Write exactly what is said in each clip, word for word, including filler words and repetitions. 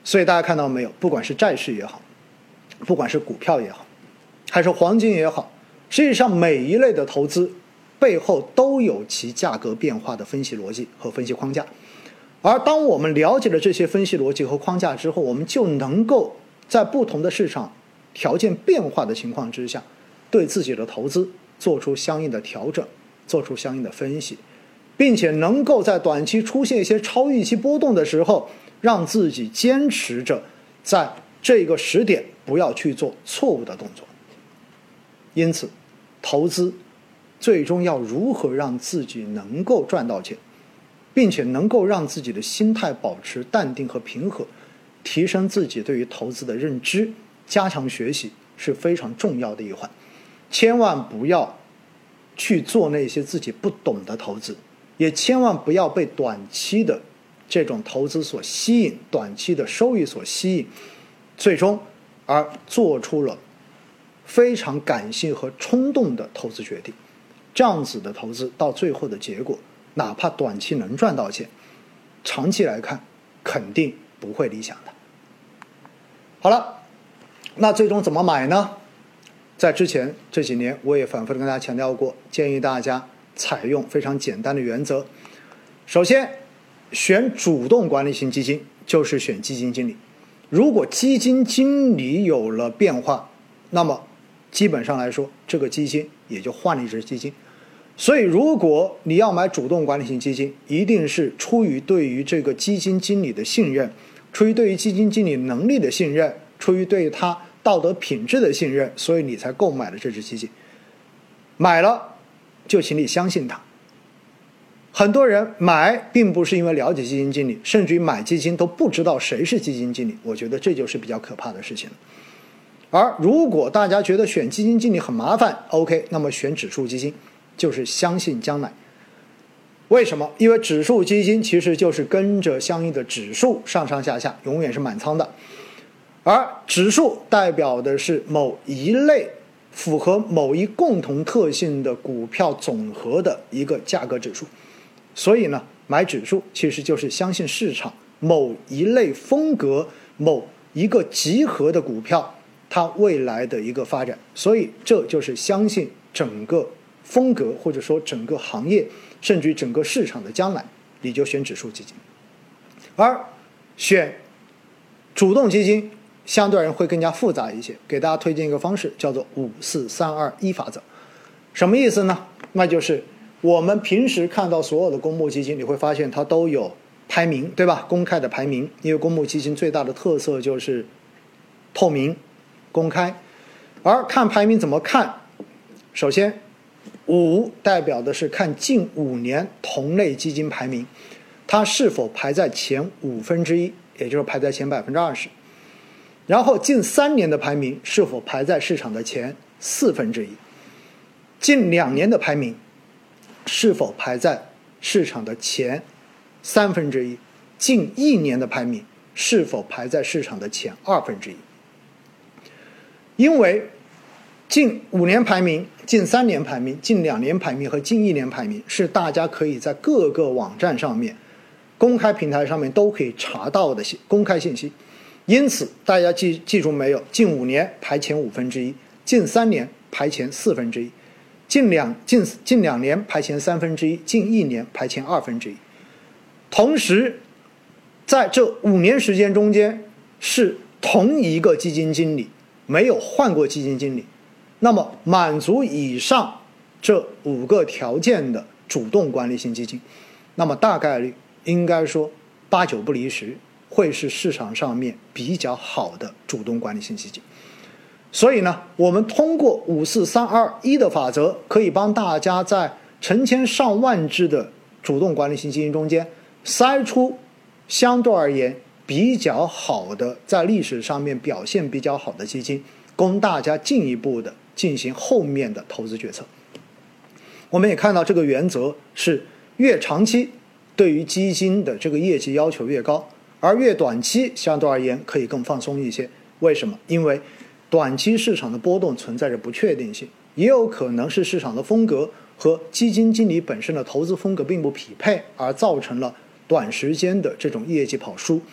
所以大家看到没有，不管是债市也好，不管是股票也好，还是黄金也好，实际上每一类的投资背后都有其价格变化的分析逻辑和分析框架。而当我们了解了这些分析逻辑和框架之后，我们就能够在不同的市场条件变化的情况之下，对自己的投资做出相应的调整，做出相应的分析，并且能够在短期出现一些超预期波动的时候，让自己坚持着在这个时点不要去做错误的动作。因此，投资最终要如何让自己能够赚到钱，并且能够让自己的心态保持淡定和平和，提升自己对于投资的认知，加强学习是非常重要的一环。千万不要去做那些自己不懂的投资，也千万不要被短期的这种投资所吸引，短期的收益所吸引，最终而做出了非常感性和冲动的投资决定。这样子的投资到最后的结果，哪怕短期能赚到钱，长期来看肯定不会理想的。好了，那最终怎么买呢？在之前这几年我也反复的跟大家强调过，建议大家采用非常简单的原则。首先，选主动管理型基金就是选基金经理。如果基金经理有了变化，那么基本上来说这个基金也就换了一只基金。所以如果你要买主动管理型基金，一定是出于对于这个基金经理的信任，出于对于基金经理能力的信任，出于对他道德品质的信任，所以你才购买了这只基金。买了就请你相信它。很多人买并不是因为了解基金经理，甚至于买基金都不知道谁是基金经理，我觉得这就是比较可怕的事情了。而如果大家觉得选基金经理很麻烦 OK， 那么选指数基金就是相信将来。为什么？因为指数基金其实就是跟着相应的指数上上下下，永远是满仓的。而指数代表的是某一类符合某一共同特性的股票总和的一个价格指数。所以呢，买指数其实就是相信市场某一类风格、某一个集合的股票它未来的一个发展。所以这就是相信整个风格，或者说整个行业，甚至于整个市场的将来，你就选指数基金。而选主动基金相对而言会更加复杂一些，给大家推荐一个方式，叫做五四三二一法则。什么意思呢？那就是我们平时看到所有的公募基金，你会发现它都有排名，对吧？公开的排名，因为公募基金最大的特色就是透明、公开。而看排名怎么看？首先，五代表的是看近五年同类基金排名，它是否排在前五分之一，也就是排在前百分之二十。然后近三年的排名是否排在市场的前四分之一，近两年的排名是否排在市场的前三分之一，近一年的排名是否排在市场的前二分之一。因为近五年排名、近三年排名、近两年排名和近一年排名是大家可以在各个网站上面、公开平台上面都可以查到的公开信息。因此大家记记住没有，近五年排前五分之一，近三年排前四分之一，近两近近两年排前三分之一，近一年排前二分之一。同时在这五年时间中间是同一个基金经理，没有换过基金经理，那么满足以上这五个条件的主动管理型基金，那么大概率应该说八九不离十会是市场上面比较好的主动管理型基金。所以呢，我们通过五四三二一的法则，可以帮大家在成千上万只的主动管理型基金中间筛出相对而言比较好的，在历史上面表现比较好的基金，供大家进一步的进行后面的投资决策。我们也看到这个原则是越长期对于基金的这个业绩要求越高，而越短期相对而言可以更放松一些。为什么？因为短期市场的波动存在着不确定性，也有可能是市场的风格和基金经理本身的投资风格并不匹配，而造成了短时间的这种业绩跑输。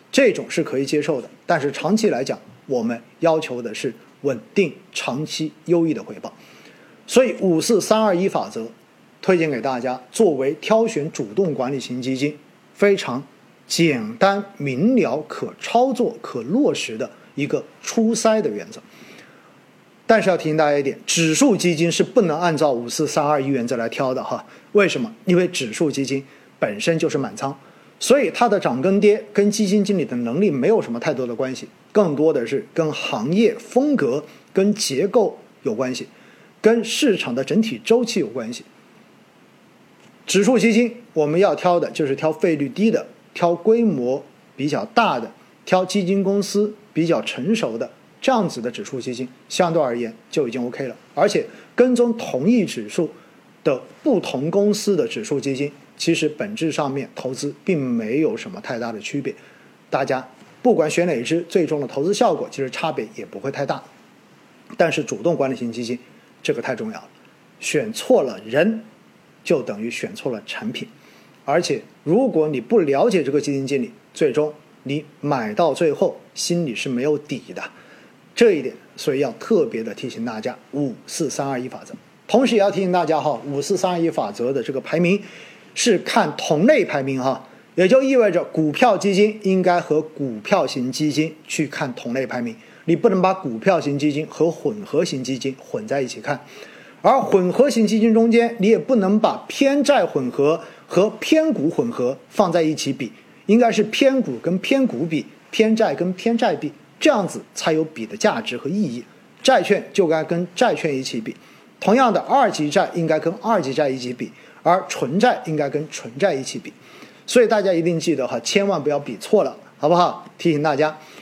这种是可以接受的。但是长期来讲，我们要求的是稳定、长期优异的回报。所以五四三二一法则推荐给大家，作为挑选主动管理型基金非常简单明了、可操作、可落实的一个初筛的原则。但是要提醒大家一点，指数基金是不能按照五四三二一原则来挑的哈。为什么？因为指数基金本身就是满仓，所以它的涨跟跌跟基金经理的能力没有什么太多的关系，更多的是跟行业风格、跟结构有关系，跟市场的整体周期有关系。指数基金我们要挑的就是挑费率低的，挑规模比较大的，挑基金公司比较成熟的，这样子的指数基金相对而言就已经 OK 了。而且跟踪同一指数的不同公司的指数基金，其实本质上面投资并没有什么太大的区别，大家不管选哪一支，最终的投资效果其实差别也不会太大。但是主动管理型基金这个太重要了，选错了人就等于选错了产品。而且如果你不了解这个基金经理，最终你买到最后心里是没有底的，这一点所以要特别的提醒大家五四三二一法则。同时也要提醒大家哈，五四三二一法则的这个排名是看同类排名哈，也就意味着股票基金应该和股票型基金去看同类排名，你不能把股票型基金和混合型基金混在一起看。而混合型基金中间，你也不能把偏债混合和偏股混合放在一起比，应该是偏股跟偏股比，偏债跟偏债比，这样子才有比的价值和意义。债券就该跟债券一起比，同样的二级债应该跟二级债一起比，而纯债应该跟纯债一起比。所以大家一定记得哈，千万不要比错了，好不好？提醒大家。